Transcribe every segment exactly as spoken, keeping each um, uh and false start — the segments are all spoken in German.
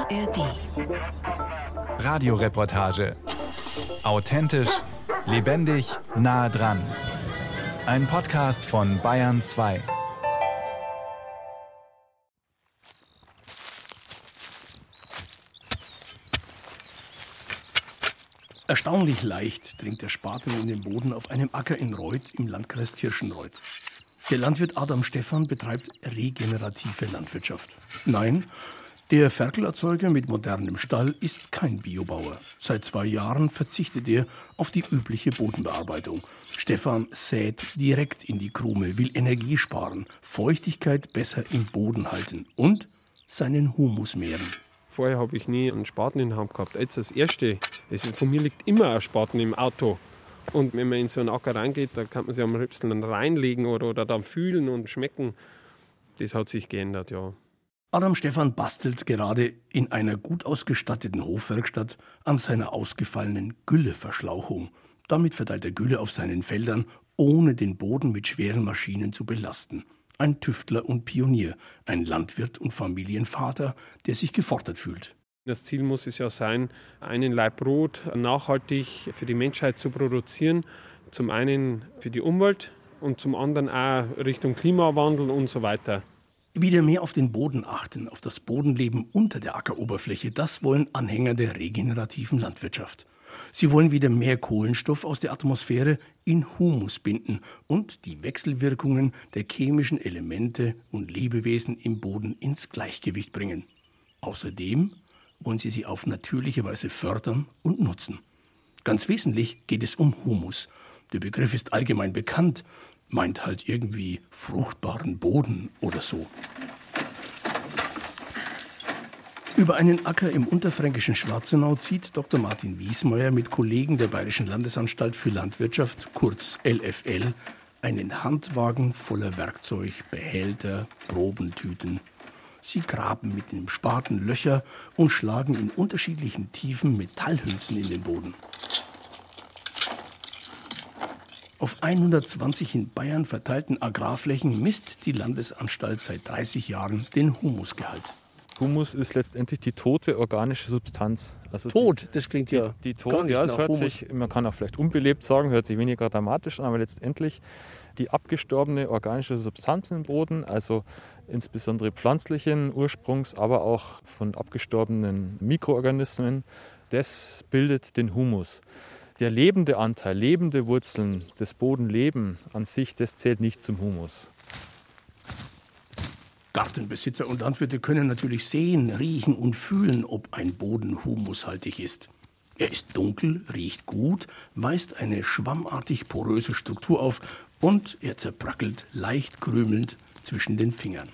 A R D. Radioreportage. Authentisch, lebendig, nah dran. Ein Podcast von Bayern zwei. Erstaunlich leicht dringt der Spaten in den Boden auf einem Acker in Reuth im Landkreis Tirschenreuth. Der Landwirt Adam Stephan betreibt regenerative Landwirtschaft. Nein, der Ferkelerzeuger mit modernem Stall ist kein Biobauer. Seit zwei Jahren verzichtet er auf die übliche Bodenbearbeitung. Stephan sät direkt in die Krume, will Energie sparen, Feuchtigkeit besser im Boden halten und seinen Humus mehren. Vorher habe ich nie einen Spaten in der Hand gehabt. Jetzt das Erste. Es, von mir liegt immer ein Spaten im Auto. Und wenn man in so einen Acker reingeht, da kann man sich am Rüpsel dann reinlegen oder, oder dann fühlen und schmecken. Das hat sich geändert, ja. Adam Stephan bastelt gerade in einer gut ausgestatteten Hofwerkstatt an seiner ausgefallenen Gülleverschlauchung. Damit verteilt er Gülle auf seinen Feldern, ohne den Boden mit schweren Maschinen zu belasten. Ein Tüftler und Pionier, ein Landwirt und Familienvater, der sich gefordert fühlt. Das Ziel muss es ja sein, einen Laib Brot nachhaltig für die Menschheit zu produzieren. Zum einen für die Umwelt und zum anderen auch Richtung Klimawandel und so weiter. Wieder mehr auf den Boden achten, auf das Bodenleben unter der Ackeroberfläche, das wollen Anhänger der regenerativen Landwirtschaft. Sie wollen wieder mehr Kohlenstoff aus der Atmosphäre in Humus binden und die Wechselwirkungen der chemischen Elemente und Lebewesen im Boden ins Gleichgewicht bringen. Außerdem wollen sie sie auf natürliche Weise fördern und nutzen. Ganz wesentlich geht es um Humus. Der Begriff ist allgemein bekannt, meint halt irgendwie fruchtbaren Boden oder so. Über einen Acker im unterfränkischen Schwarzenau zieht Doktor Martin Wiesmayer mit Kollegen der Bayerischen Landesanstalt für Landwirtschaft, kurz L F L, einen Handwagen voller Werkzeug, Behälter, Probentüten. Sie graben mit dem Spaten Löcher und schlagen in unterschiedlichen Tiefen Metallhülsen in den Boden. Auf hundertzwanzig in Bayern verteilten Agrarflächen misst die Landesanstalt seit dreißig Jahren den Humusgehalt. Humus ist letztendlich die tote organische Substanz. Also Tot, die, das klingt ja die, die gar tot, nicht ja, es nach hört Humus. sich, man kann auch vielleicht unbelebt sagen, hört sich weniger dramatisch an, aber letztendlich die abgestorbene organische Substanz im Boden, also insbesondere pflanzlichen Ursprungs, aber auch von abgestorbenen Mikroorganismen, das bildet den Humus. Der lebende Anteil, lebende Wurzeln, das Bodenleben an sich, das zählt nicht zum Humus. Gartenbesitzer und Landwirte können natürlich sehen, riechen und fühlen, ob ein Boden humushaltig ist. Er ist dunkel, riecht gut, weist eine schwammartig poröse Struktur auf und er zerbröckelt leicht krümelnd zwischen den Fingern.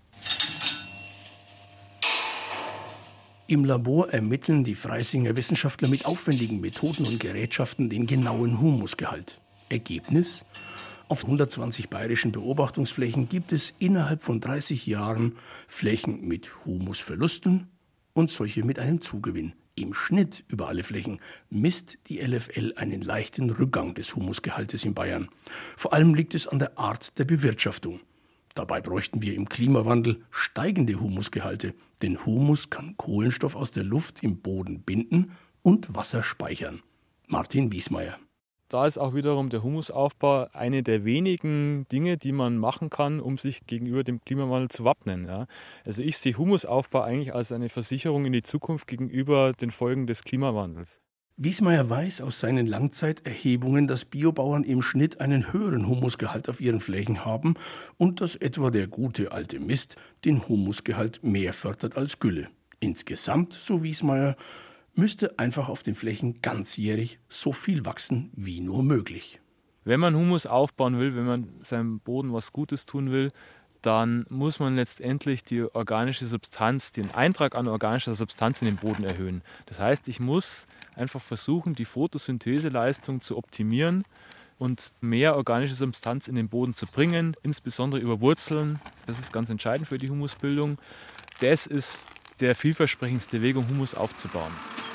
Im Labor ermitteln die Freisinger Wissenschaftler mit aufwendigen Methoden und Gerätschaften den genauen Humusgehalt. Ergebnis? Auf hundertzwanzig bayerischen Beobachtungsflächen gibt es innerhalb von dreißig Jahren Flächen mit Humusverlusten und solche mit einem Zugewinn. Im Schnitt über alle Flächen misst die L F L einen leichten Rückgang des Humusgehaltes in Bayern. Vor allem liegt es an der Art der Bewirtschaftung. Dabei bräuchten wir im Klimawandel steigende Humusgehalte, denn Humus kann Kohlenstoff aus der Luft im Boden binden und Wasser speichern. Martin Wiesmayer. Da ist auch wiederum der Humusaufbau eine der wenigen Dinge, die man machen kann, um sich gegenüber dem Klimawandel zu wappnen. Ja. Also ich sehe Humusaufbau eigentlich als eine Versicherung in die Zukunft gegenüber den Folgen des Klimawandels. Wiesmayer weiß aus seinen Langzeiterhebungen, dass Biobauern im Schnitt einen höheren Humusgehalt auf ihren Flächen haben und dass etwa der gute alte Mist den Humusgehalt mehr fördert als Gülle. Insgesamt, so Wiesmayer, müsste einfach auf den Flächen ganzjährig so viel wachsen wie nur möglich. Wenn man Humus aufbauen will, wenn man seinem Boden was Gutes tun will, dann muss man letztendlich die organische Substanz, den Eintrag an organischer Substanz in den Boden erhöhen. Das heißt, ich muss einfach versuchen, die Photosyntheseleistung zu optimieren und mehr organische Substanz in den Boden zu bringen, insbesondere über Wurzeln. Das ist ganz entscheidend für die Humusbildung. Das ist der vielversprechendste Weg, um Humus aufzubauen.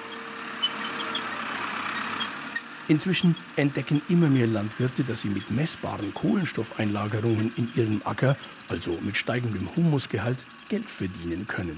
Inzwischen entdecken immer mehr Landwirte, dass sie mit messbaren Kohlenstoffeinlagerungen in ihrem Acker, also mit steigendem Humusgehalt, Geld verdienen können.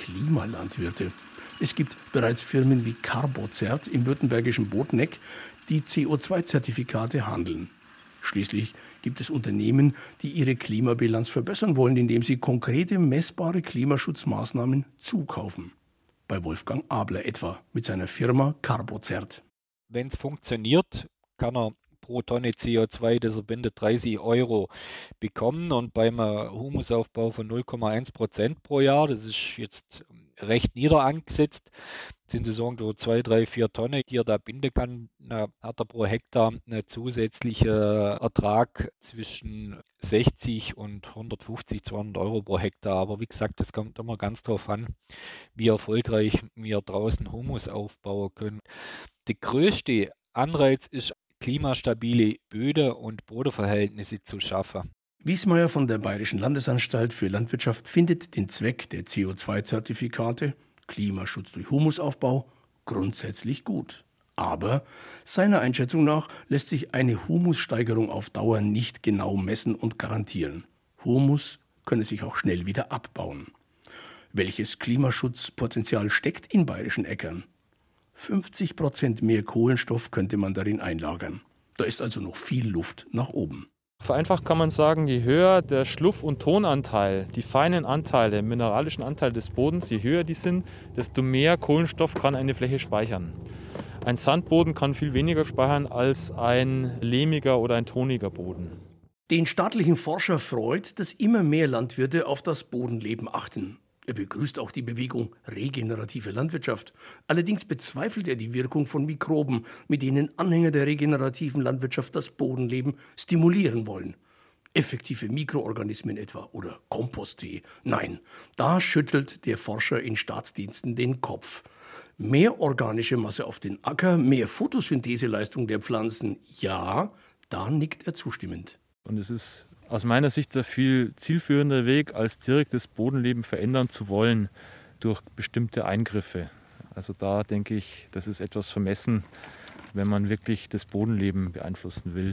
Klimalandwirte. Es gibt bereits Firmen wie Carbozert im württembergischen Bodneck, die C O zwei Zertifikate handeln. Schließlich gibt es Unternehmen, die ihre Klimabilanz verbessern wollen, indem sie konkrete, messbare Klimaschutzmaßnahmen zukaufen. Bei Wolfgang Abler etwa mit seiner Firma Carbozert. Wenn es funktioniert, kann er pro Tonne C O zwei, das er bindet, dreißig Euro bekommen und beim Humusaufbau von null Komma eins Prozent pro Jahr, das ist jetzt recht nieder angesetzt, sind sie so irgendwo zwei, drei, vier Tonnen, die er da binden kann, na, hat er pro Hektar einen zusätzlichen Ertrag zwischen sechzig und hundertfünfzig, zweihundert Euro pro Hektar. Aber wie gesagt, das kommt immer ganz drauf an, wie erfolgreich wir draußen Humus aufbauen können. Der größte Anreiz ist, klimastabile Böden und Bodenverhältnisse zu schaffen. Wiesmeier von der Bayerischen Landesanstalt für Landwirtschaft findet den Zweck der C O zwei Zertifikate, Klimaschutz durch Humusaufbau, grundsätzlich gut. Aber seiner Einschätzung nach lässt sich eine Humussteigerung auf Dauer nicht genau messen und garantieren. Humus könne sich auch schnell wieder abbauen. Welches Klimaschutzpotenzial steckt in bayerischen Äckern? fünfzig Prozent mehr Kohlenstoff könnte man darin einlagern. Da ist also noch viel Luft nach oben. Vereinfacht kann man sagen, je höher der Schluff- und Tonanteil, die feinen Anteile, mineralischen Anteil des Bodens, je höher die sind, desto mehr Kohlenstoff kann eine Fläche speichern. Ein Sandboden kann viel weniger speichern als ein lehmiger oder ein toniger Boden. Den staatlichen Forscher freut, dass immer mehr Landwirte auf das Bodenleben achten. Er begrüßt auch die Bewegung regenerative Landwirtschaft. Allerdings bezweifelt er die Wirkung von Mikroben, mit denen Anhänger der regenerativen Landwirtschaft das Bodenleben stimulieren wollen. Effektive Mikroorganismen etwa oder Komposttee. Nein, da schüttelt der Forscher in Staatsdiensten den Kopf. Mehr organische Masse auf den Acker, mehr Photosyntheseleistung der Pflanzen, ja, da nickt er zustimmend. Und es ist aus meiner Sicht der viel zielführender Weg, als direkt das Bodenleben verändern zu wollen durch bestimmte Eingriffe. Also da denke ich, das ist etwas vermessen, wenn man wirklich das Bodenleben beeinflussen will.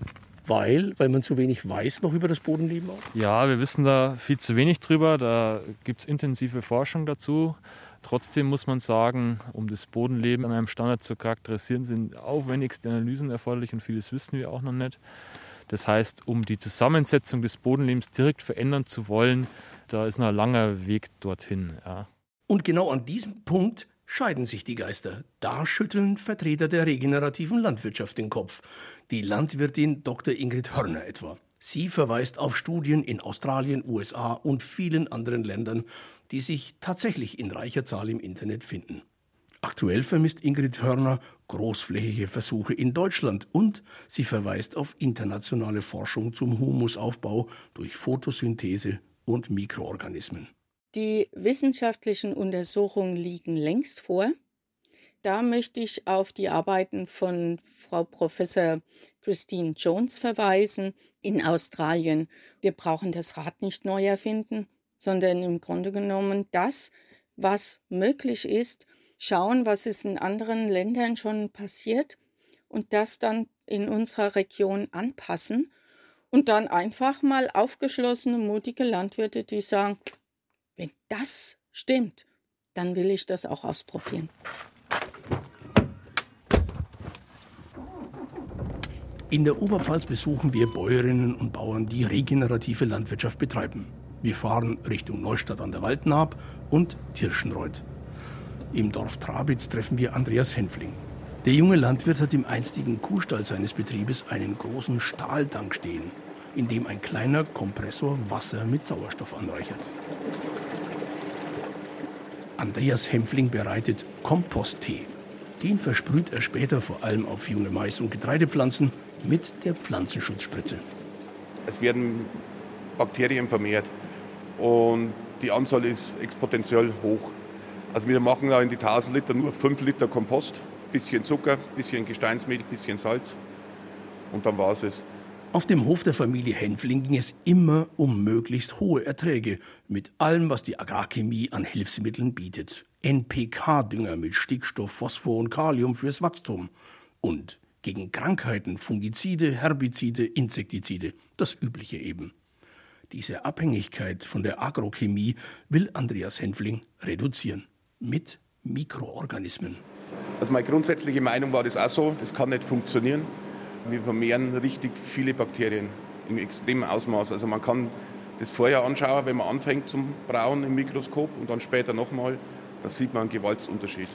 Weil? Weil man zu wenig weiß noch über das Bodenleben auch? Ja, wir wissen da viel zu wenig drüber. Da gibt es intensive Forschung dazu. Trotzdem muss man sagen, um das Bodenleben an einem Standard zu charakterisieren, sind aufwendigste Analysen erforderlich und vieles wissen wir auch noch nicht. Das heißt, um die Zusammensetzung des Bodenlebens direkt verändern zu wollen, da ist noch ein langer Weg dorthin. Ja. Und genau an diesem Punkt scheiden sich die Geister. Da schütteln Vertreter der regenerativen Landwirtschaft den Kopf. Die Landwirtin Doktor Ingrid Hörner etwa. Sie verweist auf Studien in Australien, U S A und vielen anderen Ländern, die sich tatsächlich in reicher Zahl im Internet finden. Aktuell vermisst Ingrid Hörner großflächige Versuche in Deutschland und sie verweist auf internationale Forschung zum Humusaufbau durch Photosynthese und Mikroorganismen. Die wissenschaftlichen Untersuchungen liegen längst vor. Da möchte ich auf die Arbeiten von Frau Professor Christine Jones verweisen in Australien. Wir brauchen das Rad nicht neu erfinden, sondern im Grunde genommen das, was möglich ist, schauen, was ist in anderen Ländern schon passiert und das dann in unserer Region anpassen und dann einfach mal aufgeschlossene, mutige Landwirte, die sagen, wenn das stimmt, dann will ich das auch ausprobieren. In der Oberpfalz besuchen wir Bäuerinnen und Bauern, die regenerative Landwirtschaft betreiben. Wir fahren Richtung Neustadt an der Waldnaab und Tirschenreuth. Im Dorf Trabitz treffen wir Andreas Henfling. Der junge Landwirt hat im einstigen Kuhstall seines Betriebes einen großen Stahltank stehen, in dem ein kleiner Kompressor Wasser mit Sauerstoff anreichert. Andreas Henfling bereitet Komposttee. Den versprüht er später vor allem auf junge Mais- und Getreidepflanzen mit der Pflanzenschutzspritze. Es werden Bakterien vermehrt und die Anzahl ist exponentiell hoch. Also wir machen da in die tausend Liter nur fünf Liter Kompost, bisschen Zucker, bisschen Gesteinsmehl, bisschen Salz und dann war es es. Auf dem Hof der Familie Henfling ging es immer um möglichst hohe Erträge mit allem, was die Agrarchemie an Hilfsmitteln bietet. N P K-Dünger mit Stickstoff, Phosphor und Kalium fürs Wachstum und gegen Krankheiten Fungizide, Herbizide, Insektizide, das Übliche eben. Diese Abhängigkeit von der Agrochemie will Andreas Hänfling reduzieren. Mit Mikroorganismen. Also meine grundsätzliche Meinung war das auch so, das kann nicht funktionieren. Wir vermehren richtig viele Bakterien im extremen Ausmaß. Also man kann das vorher anschauen, wenn man anfängt zum Brauen im Mikroskop und dann später nochmal, da sieht man einen Gewaltsunterschied.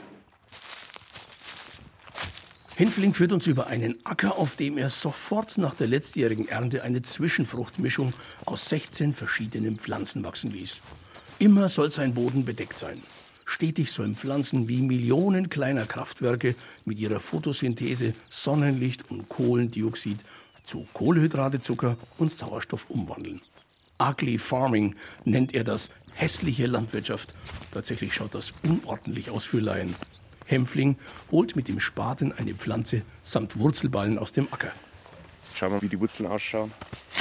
Hänfling führt uns über einen Acker, auf dem er sofort nach der letztjährigen Ernte eine Zwischenfruchtmischung aus sechzehn verschiedenen Pflanzen wachsen ließ. Immer soll sein Boden bedeckt sein. Stetig sollen Pflanzen wie Millionen kleiner Kraftwerke mit ihrer Photosynthese Sonnenlicht und Kohlendioxid zu Kohlenhydratezucker und Sauerstoff umwandeln. Ugly Farming nennt er das, hässliche Landwirtschaft. Tatsächlich schaut das unordentlich aus für Laien. Hänfling holt mit dem Spaten eine Pflanze samt Wurzelballen aus dem Acker. Schauen wir mal, wie die Wurzeln ausschauen.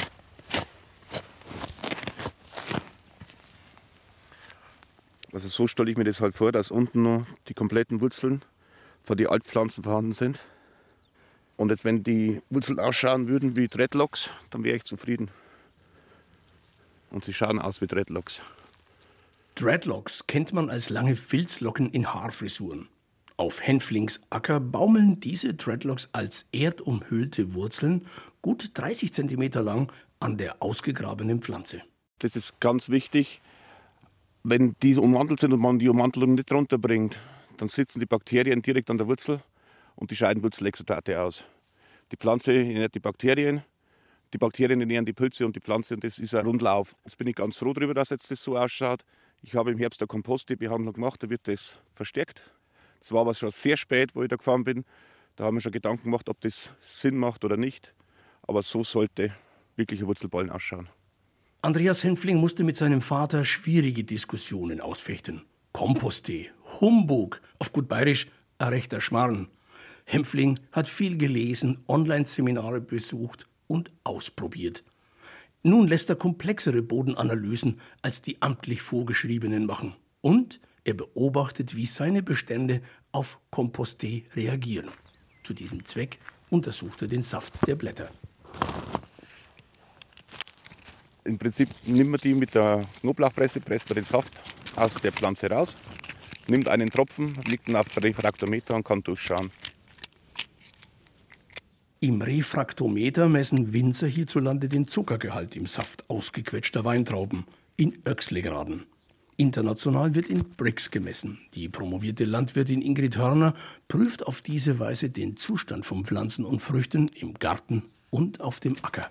Also so stelle ich mir das halt vor, dass unten noch die kompletten Wurzeln von den Altpflanzen vorhanden sind. Und jetzt, wenn die Wurzeln ausschauen würden wie Dreadlocks, dann wäre ich zufrieden. Und sie schauen aus wie Dreadlocks. Dreadlocks kennt man als lange Filzlocken in Haarfrisuren. Auf Hänflings Acker baumeln diese Dreadlocks als erdumhüllte Wurzeln gut dreißig Zentimeter lang an der ausgegrabenen Pflanze. Das ist ganz wichtig. Wenn diese umwandelt sind und man die Umwandlung nicht runterbringt, dann sitzen die Bakterien direkt an der Wurzel und die scheiden Wurzelexudate aus. Die Pflanze ernährt die Bakterien, die Bakterien ernähren die Pilze und die Pflanze und das ist ein Rundlauf. Jetzt bin ich ganz froh darüber, dass jetzt das so ausschaut. Ich habe im Herbst eine Kompostbehandlung gemacht, da wird das verstärkt. Das war aber schon sehr spät, wo ich da gefahren bin. Da haben wir schon Gedanken gemacht, ob das Sinn macht oder nicht. Aber so sollte wirkliche Wurzelballen ausschauen. Andreas Hänfling musste mit seinem Vater schwierige Diskussionen ausfechten. Komposttee, Humbug, auf gut bayerisch, ein rechter Schmarrn. Hänfling hat viel gelesen, Online-Seminare besucht und ausprobiert. Nun lässt er komplexere Bodenanalysen als die amtlich vorgeschriebenen machen. Und er beobachtet, wie seine Bestände auf Komposttee reagieren. Zu diesem Zweck untersucht er den Saft der Blätter. Im Prinzip nimmt man die mit der Knoblauchpresse, presst man den Saft aus der Pflanze raus, nimmt einen Tropfen, legt ihn auf den Refraktometer und kann durchschauen. Im Refraktometer messen Winzer hierzulande den Zuckergehalt im Saft ausgequetschter Weintrauben in Oechsle-Graden. International wird in Brix gemessen. Die promovierte Landwirtin Ingrid Hörner prüft auf diese Weise den Zustand von Pflanzen und Früchten im Garten und auf dem Acker.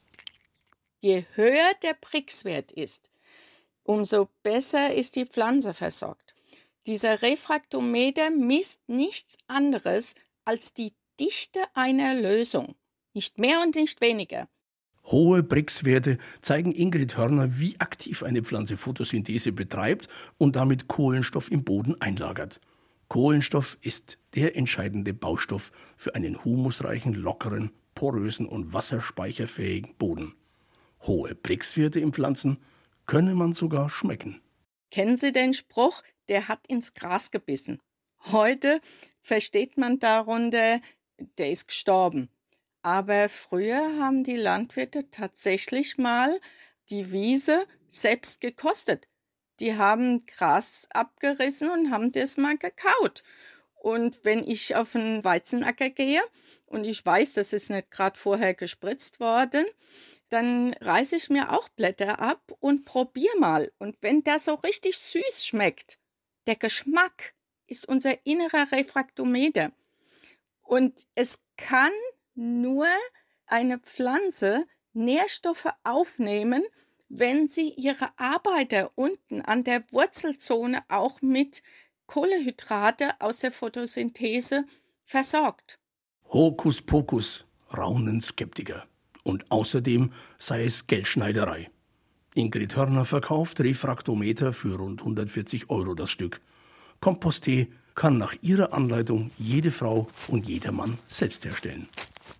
Je höher der Brix-Wert ist, umso besser ist die Pflanze versorgt. Dieser Refraktometer misst nichts anderes als die Dichte einer Lösung. Nicht mehr und nicht weniger. Hohe Brix-Werte zeigen Ingrid Hörner, wie aktiv eine Pflanze Photosynthese betreibt und damit Kohlenstoff im Boden einlagert. Kohlenstoff ist der entscheidende Baustoff für einen humusreichen, lockeren, porösen und wasserspeicherfähigen Boden. Hohe Brix-Werte in Pflanzen könne man sogar schmecken. Kennen Sie den Spruch, der hat ins Gras gebissen? Heute versteht man darunter, der ist gestorben. Aber früher haben die Landwirte tatsächlich mal die Wiese selbst gekostet. Die haben Gras abgerissen und haben das mal gekaut. Und wenn ich auf einen Weizenacker gehe und ich weiß, das ist nicht gerade vorher gespritzt worden, dann reiße ich mir auch Blätter ab und probiere mal. Und wenn der so richtig süß schmeckt, der Geschmack ist unser innerer Refraktometer. Und es kann nur eine Pflanze Nährstoffe aufnehmen, wenn sie ihre Arbeiter unten an der Wurzelzone auch mit Kohlenhydrate aus der Photosynthese versorgt. Hokuspokus, raunen Skeptiker. Und außerdem sei es Geldschneiderei. Ingrid Hörner verkauft Refraktometer für rund hundertvierzig Euro das Stück. Komposttee kann nach ihrer Anleitung jede Frau und jeder Mann selbst herstellen.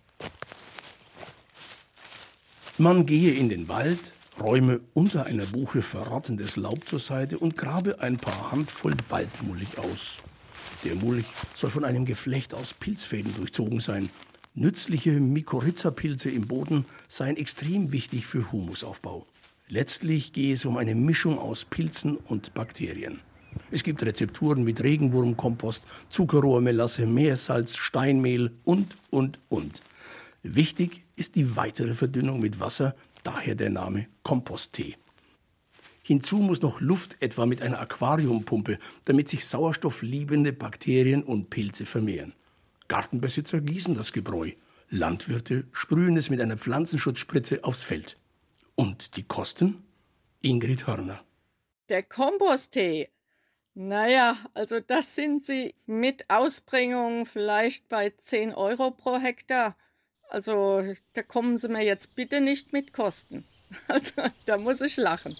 Man gehe in den Wald, räume unter einer Buche verrottendes Laub zur Seite und grabe ein paar Handvoll Waldmulch aus. Der Mulch soll von einem Geflecht aus Pilzfäden durchzogen sein. Nützliche Mykorrhiza-Pilze im Boden seien extrem wichtig für Humusaufbau. Letztlich gehe es um eine Mischung aus Pilzen und Bakterien. Es gibt Rezepturen mit Regenwurmkompost, Zuckerrohrmelasse, Meersalz, Steinmehl und, und, und. Wichtig ist die weitere Verdünnung mit Wasser, daher der Name Komposttee. Hinzu muss noch Luft, etwa mit einer Aquariumpumpe, damit sich sauerstoffliebende Bakterien und Pilze vermehren. Gartenbesitzer gießen das Gebräu. Landwirte sprühen es mit einer Pflanzenschutzspritze aufs Feld. Und die Kosten? Ingrid Hörner. Der Komposttee. Naja, also das sind Sie mit Ausbringung vielleicht bei zehn Euro pro Hektar. Also da kommen Sie mir jetzt bitte nicht mit Kosten. Also da muss ich lachen.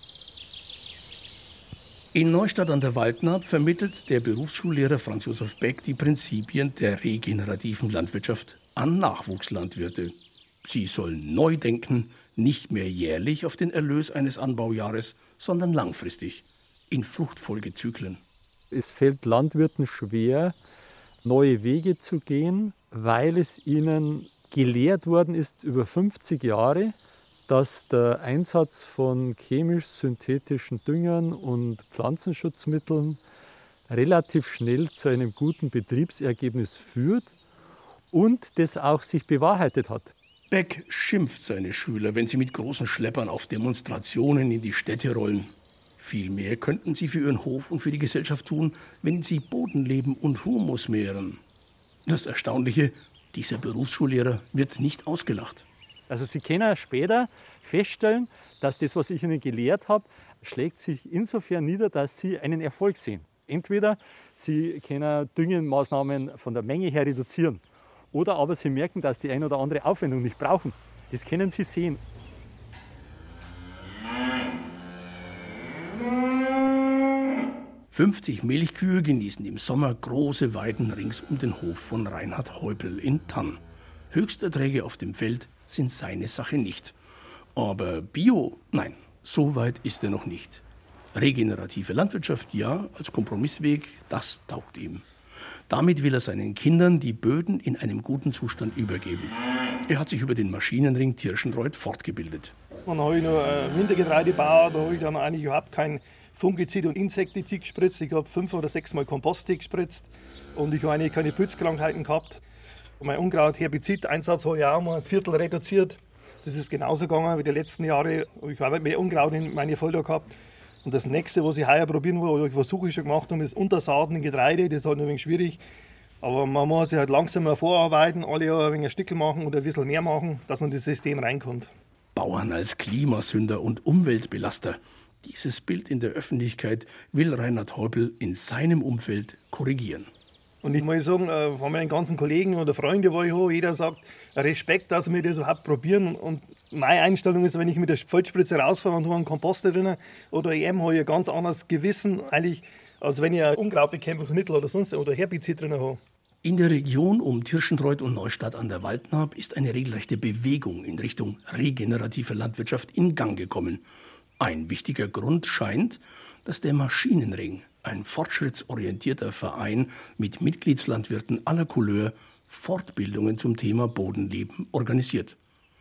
In Neustadt an der Waldnaab vermittelt der Berufsschullehrer Franz Josef Beck die Prinzipien der regenerativen Landwirtschaft an Nachwuchslandwirte. Sie sollen neu denken, nicht mehr jährlich auf den Erlös eines Anbaujahres, sondern langfristig, in Fruchtfolgezyklen. Es fällt Landwirten schwer, neue Wege zu gehen, weil es ihnen gelehrt worden ist über fünfzig Jahre, dass der Einsatz von chemisch-synthetischen Düngern und Pflanzenschutzmitteln relativ schnell zu einem guten Betriebsergebnis führt und das auch sich bewahrheitet hat. Beck schimpft seine Schüler, wenn sie mit großen Schleppern auf Demonstrationen in die Städte rollen. Viel mehr könnten sie für ihren Hof und für die Gesellschaft tun, wenn sie Bodenleben und Humus mehren. Das Erstaunliche, dieser Berufsschullehrer wird nicht ausgelacht. Also Sie können später feststellen, dass das, was ich Ihnen gelehrt habe, schlägt sich insofern nieder, dass Sie einen Erfolg sehen. Entweder Sie können Düngenmaßnahmen von der Menge her reduzieren oder aber Sie merken, dass die eine oder andere Aufwendung nicht brauchen. Das können Sie sehen. fünfzig Milchkühe genießen im Sommer große Weiden rings um den Hof von Reinhard Heupel in Thann. Höchsterträge auf dem Feld sind seine Sache nicht. Aber Bio, nein, so weit ist er noch nicht. Regenerative Landwirtschaft, ja, als Kompromissweg, das taugt ihm. Damit will er seinen Kindern die Böden in einem guten Zustand übergeben. Er hat sich über den Maschinenring Tirschenreuth fortgebildet. Dann habe ich noch ein Wintergetreidebauer, da habe ich dann eigentlich überhaupt kein Fungizid und Insektizid gespritzt. Ich habe fünf oder sechs Mal Komposttee gespritzt und ich habe eigentlich keine Pilzkrankheiten gehabt. Und mein Unkraut-Herbizideinsatz habe ich auch mal ein Viertel reduziert. Das ist genauso gegangen wie die letzten Jahre. Ich habe mehr Unkraut in meine Felder gehabt. Und das nächste, was ich heuer probieren will, oder ich Versuche schon gemacht habe, ist Untersaaten in Getreide. Das ist halt ein wenig schwierig. Aber man muss sich halt langsam mal vorarbeiten, alle Jahre ein wenig ein Stückel machen oder ein bisschen mehr machen, dass man in das System reinkommt. Bauern als Klimasünder und Umweltbelaster. Dieses Bild in der Öffentlichkeit will Reinhard Heupel in seinem Umfeld korrigieren. Und ich muss sagen, von meinen ganzen Kollegen oder Freunden, wo ich habe, jeder sagt, Respekt, dass wir das überhaupt probieren. Und meine Einstellung ist, wenn ich mit der Feldspritze rausfahre und habe einen Komposter drin oder E M, habe ich ein ganz anderes Gewissen, eigentlich, als wenn ich ein Unkrautbekämpfungsmittel oder sonst oder Herbizid drin habe. In der Region um Tirschenreuth und Neustadt an der Waldnaab ist eine regelrechte Bewegung in Richtung regenerative Landwirtschaft in Gang gekommen. Ein wichtiger Grund scheint, dass der Maschinenring, ein fortschrittsorientierter Verein mit Mitgliedslandwirten aller Couleur, Fortbildungen zum Thema Bodenleben organisiert.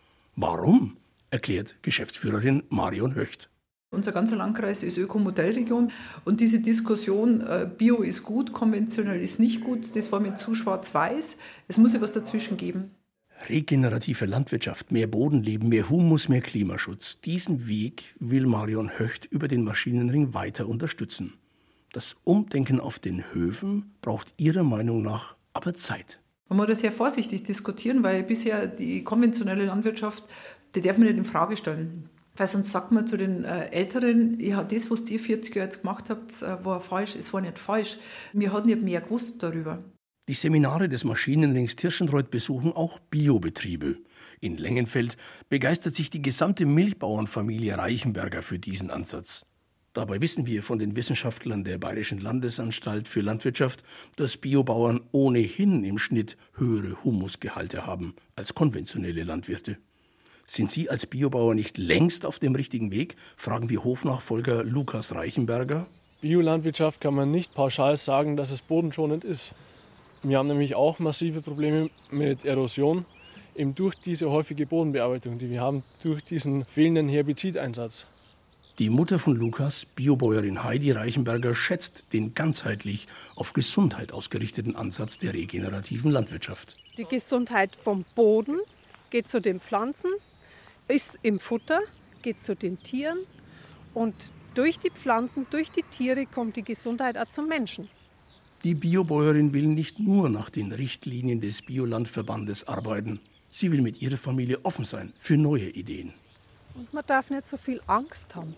Warum? Erklärt Geschäftsführerin Marion Höcht. Unser ganzer Landkreis ist Ökomodellregion und diese Diskussion, äh, Bio ist gut, konventionell ist nicht gut, das war mir zu schwarz-weiß. Es muss ja was dazwischen geben. Regenerative Landwirtschaft, mehr Bodenleben, mehr Humus, mehr Klimaschutz. Diesen Weg will Marion Höcht über den Maschinenring weiter unterstützen. Das Umdenken auf den Höfen braucht ihrer Meinung nach aber Zeit. Man muss das sehr vorsichtig diskutieren, weil bisher die konventionelle Landwirtschaft, die darf man nicht in Frage stellen. Weil sonst sagt man zu den äh, Älteren, ja, das, was ihr vierzig Jahre jetzt gemacht habt, äh, war falsch, es war nicht falsch. Wir hatten nicht mehr gewusst darüber. Die Seminare des Maschinenrings Tirschenreuth besuchen auch Biobetriebe. In Lengenfeld begeistert sich die gesamte Milchbauernfamilie Reichenberger für diesen Ansatz. Dabei wissen wir von den Wissenschaftlern der Bayerischen Landesanstalt für Landwirtschaft, dass Biobauern ohnehin im Schnitt höhere Humusgehalte haben als konventionelle Landwirte. Sind Sie als Biobauer nicht längst auf dem richtigen Weg? Fragen wir Hofnachfolger Lukas Reichenberger. Biolandwirtschaft kann man nicht pauschal sagen, dass es bodenschonend ist. Wir haben nämlich auch massive Probleme mit Erosion, eben durch diese häufige Bodenbearbeitung, die wir haben, durch diesen fehlenden Herbizideinsatz. Die Mutter von Lukas, Biobäuerin Heidi Reichenberger, schätzt den ganzheitlich auf Gesundheit ausgerichteten Ansatz der regenerativen Landwirtschaft. Die Gesundheit vom Boden geht zu den Pflanzen, ist im Futter, geht zu den Tieren und durch die Pflanzen, durch die Tiere kommt die Gesundheit auch zum Menschen. Die Biobäuerin will nicht nur nach den Richtlinien des Biolandverbandes arbeiten. Sie will mit ihrer Familie offen sein für neue Ideen. Und man darf nicht so viel Angst haben.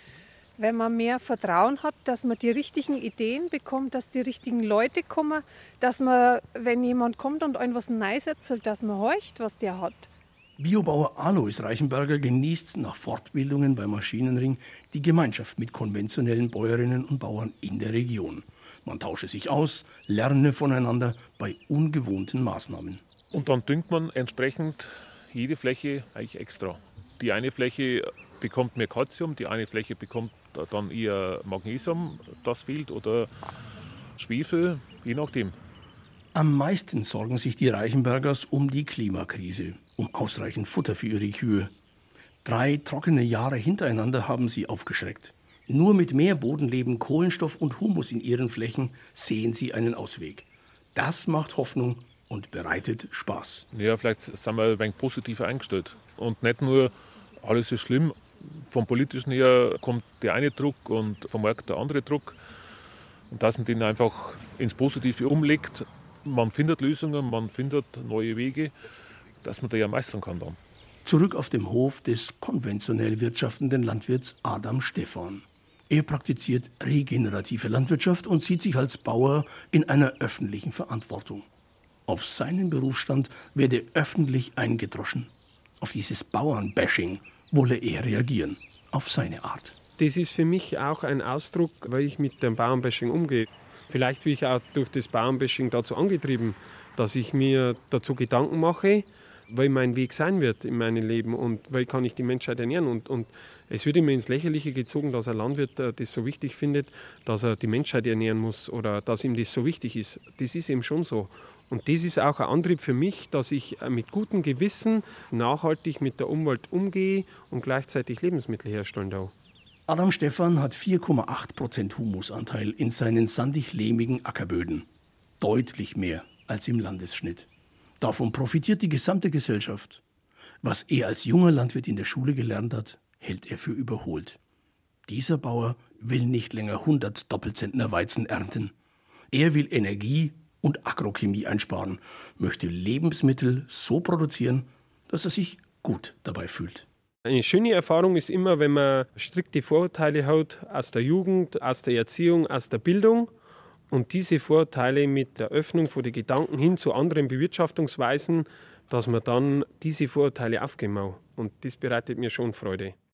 Wenn man mehr Vertrauen hat, dass man die richtigen Ideen bekommt, dass die richtigen Leute kommen, dass man, wenn jemand kommt und einem was Neues erzählt, dass man horcht, was der hat. Biobauer Alois Reichenberger genießt nach Fortbildungen beim Maschinenring die Gemeinschaft mit konventionellen Bäuerinnen und Bauern in der Region. Man tausche sich aus, lerne voneinander bei ungewohnten Maßnahmen. Und dann düngt man entsprechend jede Fläche eigentlich extra. Die eine Fläche bekommt mehr Kalzium, die eine Fläche bekommt dann eher Magnesium, das fehlt, oder Schwefel, je nachdem. Am meisten sorgen sich die Reichenbergers um die Klimakrise, um ausreichend Futter für ihre Kühe. Drei trockene Jahre hintereinander haben sie aufgeschreckt. Nur mit mehr Bodenleben, Kohlenstoff und Humus in ihren Flächen sehen sie einen Ausweg. Das macht Hoffnung und bereitet Spaß. Ja, vielleicht sind wir ein wenig positiver eingestellt. Und nicht nur, alles ist schlimm. Vom Politischen her kommt der eine Druck und vom Markt der andere Druck. Und dass man den einfach ins Positive umlegt. Man findet Lösungen, man findet neue Wege, dass man da ja meistern kann dann. Zurück auf dem Hof des konventionell wirtschaftenden Landwirts Adam Stephan. Er praktiziert regenerative Landwirtschaft und sieht sich als Bauer in einer öffentlichen Verantwortung. Auf seinen Berufsstand werde öffentlich eingedroschen. Auf dieses Bauernbashing wolle er reagieren, auf seine Art. Das ist für mich auch ein Ausdruck, weil ich mit dem Bauernbashing umgehe. Vielleicht bin ich auch durch das Bauernbashing dazu angetrieben, dass ich mir dazu Gedanken mache, weil mein Weg sein wird in meinem Leben und weil kann ich die Menschheit ernähren. Und, und es wird immer ins Lächerliche gezogen, dass ein Landwirt das so wichtig findet, dass er die Menschheit ernähren muss oder dass ihm das so wichtig ist. Das ist eben schon so. Und das ist auch ein Antrieb für mich, dass ich mit gutem Gewissen nachhaltig mit der Umwelt umgehe und gleichzeitig Lebensmittel herstellen darf. Adam Stephan hat vier Komma acht Prozent Humusanteil in seinen sandig-lehmigen Ackerböden. Deutlich mehr als im Landesschnitt. Davon profitiert die gesamte Gesellschaft. Was er als junger Landwirt in der Schule gelernt hat, hält er für überholt. Dieser Bauer will nicht länger hundert Doppelzentner Weizen ernten. Er will Energie und Agrochemie einsparen, möchte Lebensmittel so produzieren, dass er sich gut dabei fühlt. Eine schöne Erfahrung ist immer, wenn man strikte Vorurteile hat aus der Jugend, aus der Erziehung, aus der Bildung und diese Vorurteile mit der Öffnung von den Gedanken hin zu anderen Bewirtschaftungsweisen, dass man dann diese Vorurteile aufgeben muss. Und das bereitet mir schon Freude.